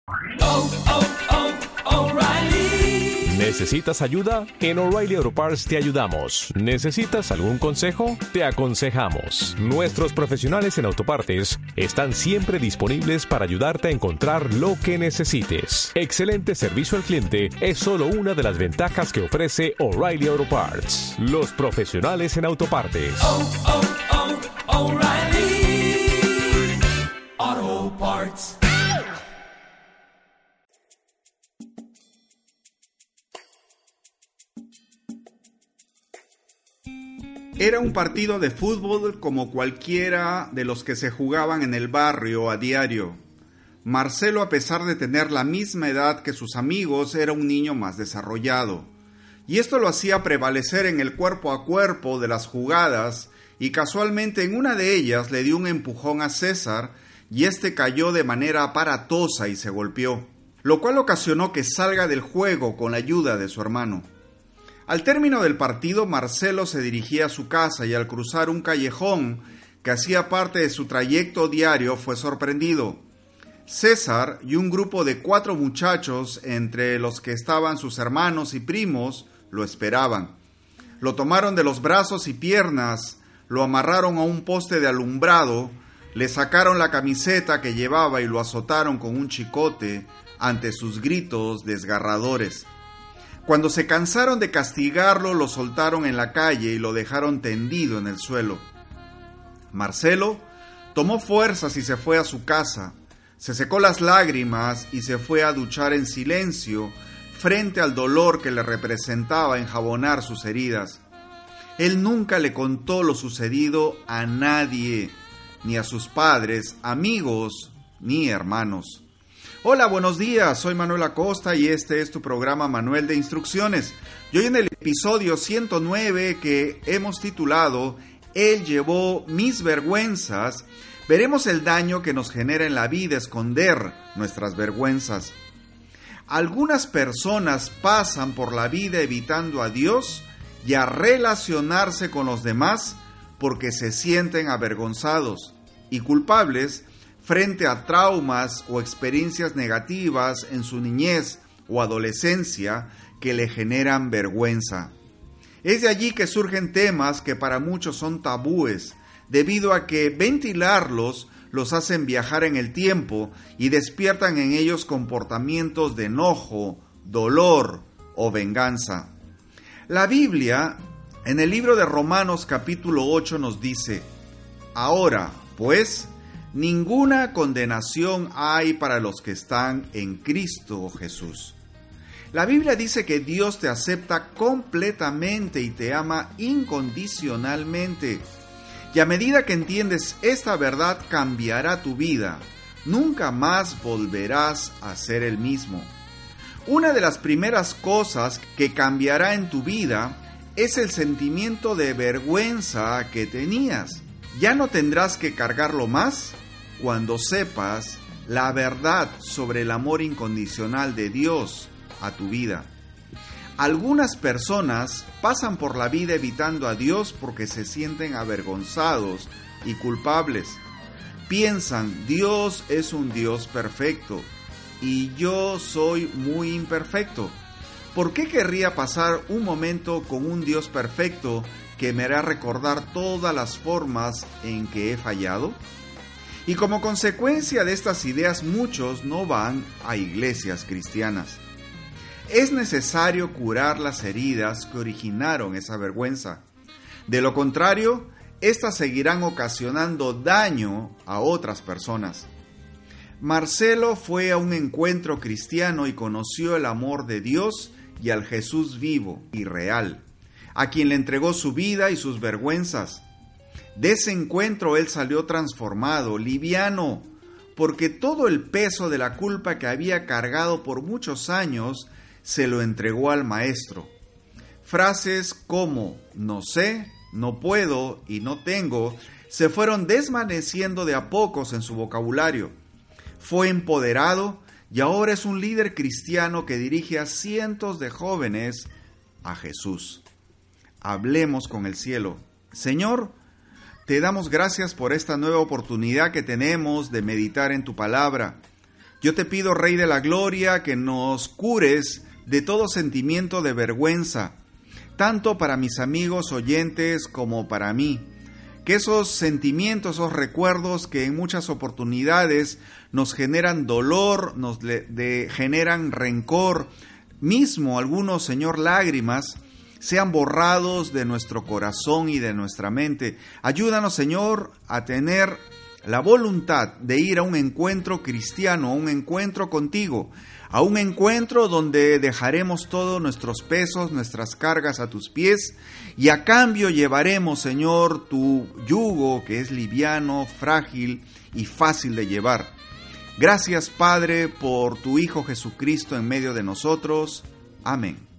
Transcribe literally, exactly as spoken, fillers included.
Oh, oh, oh, O'Reilly. ¿Necesitas ayuda? En O'Reilly Auto Parts te ayudamos. ¿Necesitas algún consejo? Te aconsejamos. Nuestros profesionales en autopartes están siempre disponibles para ayudarte a encontrar lo que necesites. Excelente servicio al cliente es solo una de las ventajas que ofrece O'Reilly Auto Parts. Los profesionales en autopartes. Oh, oh, oh, O'Reilly Auto Parts. Era un partido de fútbol como cualquiera de los que se jugaban en el barrio a diario. Marcelo, a pesar de tener la misma edad que sus amigos, era un niño más desarrollado. Y esto lo hacía prevalecer en el cuerpo a cuerpo de las jugadas, y casualmente en una de ellas le dio un empujón a César, y este cayó de manera aparatosa y se golpeó, lo cual ocasionó que salga del juego con la ayuda de su hermano. Al término del partido, Marcelo se dirigía a su casa y al cruzar un callejón que hacía parte de su trayecto diario fue sorprendido. César y un grupo de cuatro muchachos, entre los que estaban sus hermanos y primos, lo esperaban. Lo tomaron de los brazos y piernas, lo amarraron a un poste de alumbrado, le sacaron la camiseta que llevaba y lo azotaron con un chicote ante sus gritos desgarradores. Cuando se cansaron de castigarlo, lo soltaron en la calle y lo dejaron tendido en el suelo. Marcelo tomó fuerzas y se fue a su casa. Se secó las lágrimas y se fue a duchar en silencio frente al dolor que le representaba enjabonar sus heridas. Él nunca le contó lo sucedido a nadie, ni a sus padres, amigos, ni hermanos. Hola, buenos días, soy Manuel Acosta y este es tu programa Manuel de Instrucciones. Y hoy en el episodio ciento nueve que hemos titulado Él llevó mis vergüenzas, veremos el daño que nos genera en la vida esconder nuestras vergüenzas. Algunas personas pasan por la vida evitando a Dios y a relacionarse con los demás porque se sienten avergonzados y culpables frente a traumas o experiencias negativas en su niñez o adolescencia que le generan vergüenza. Es de allí que surgen temas que para muchos son tabúes, debido a que ventilarlos los hacen viajar en el tiempo y despiertan en ellos comportamientos de enojo, dolor o venganza. La Biblia, en el libro de Romanos capítulo ocho nos dice: Ahora, pues, ninguna condenación hay para los que están en Cristo Jesús. La Biblia dice que Dios te acepta completamente y te ama incondicionalmente. Y a medida que entiendes esta verdad, cambiará tu vida. Nunca más volverás a ser el mismo. Una de las primeras cosas que cambiará en tu vida es el sentimiento de vergüenza que tenías. Ya no tendrás que cargarlo más cuando sepas la verdad sobre el amor incondicional de Dios a tu vida. Algunas personas pasan por la vida evitando a Dios porque se sienten avergonzados y culpables. Piensan, Dios es un Dios perfecto y yo soy muy imperfecto. ¿Por qué querría pasar un momento con un Dios perfecto que me hará recordar todas las formas en que he fallado? Y como consecuencia de estas ideas, muchos no van a iglesias cristianas. Es necesario curar las heridas que originaron esa vergüenza. De lo contrario, estas seguirán ocasionando daño a otras personas. Marcelo fue a un encuentro cristiano y conoció el amor de Dios y al Jesús vivo y real, a quien le entregó su vida y sus vergüenzas. De ese encuentro él salió transformado, liviano, porque todo el peso de la culpa que había cargado por muchos años se lo entregó al Maestro. Frases como no sé, no puedo y no tengo se fueron desvaneciendo de a pocos en su vocabulario. Fue empoderado y ahora es un líder cristiano que dirige a cientos de jóvenes a Jesús. Hablemos con el cielo. Señor, te damos gracias por esta nueva oportunidad que tenemos de meditar en tu palabra. Yo te pido, Rey de la Gloria, que nos cures de todo sentimiento de vergüenza, tanto para mis amigos oyentes como para mí. Que esos sentimientos, esos recuerdos que en muchas oportunidades nos generan dolor, nos de, de, generan rencor, mismo algunos, Señor, lágrimas, sean borrados de nuestro corazón y de nuestra mente. Ayúdanos, Señor, a tener la voluntad de ir a un encuentro cristiano, a un encuentro contigo, a un encuentro donde dejaremos todos nuestros pesos, nuestras cargas a tus pies, y a cambio llevaremos, Señor, tu yugo, que es liviano, frágil y fácil de llevar. Gracias, Padre, por tu Hijo Jesucristo en medio de nosotros. Amén.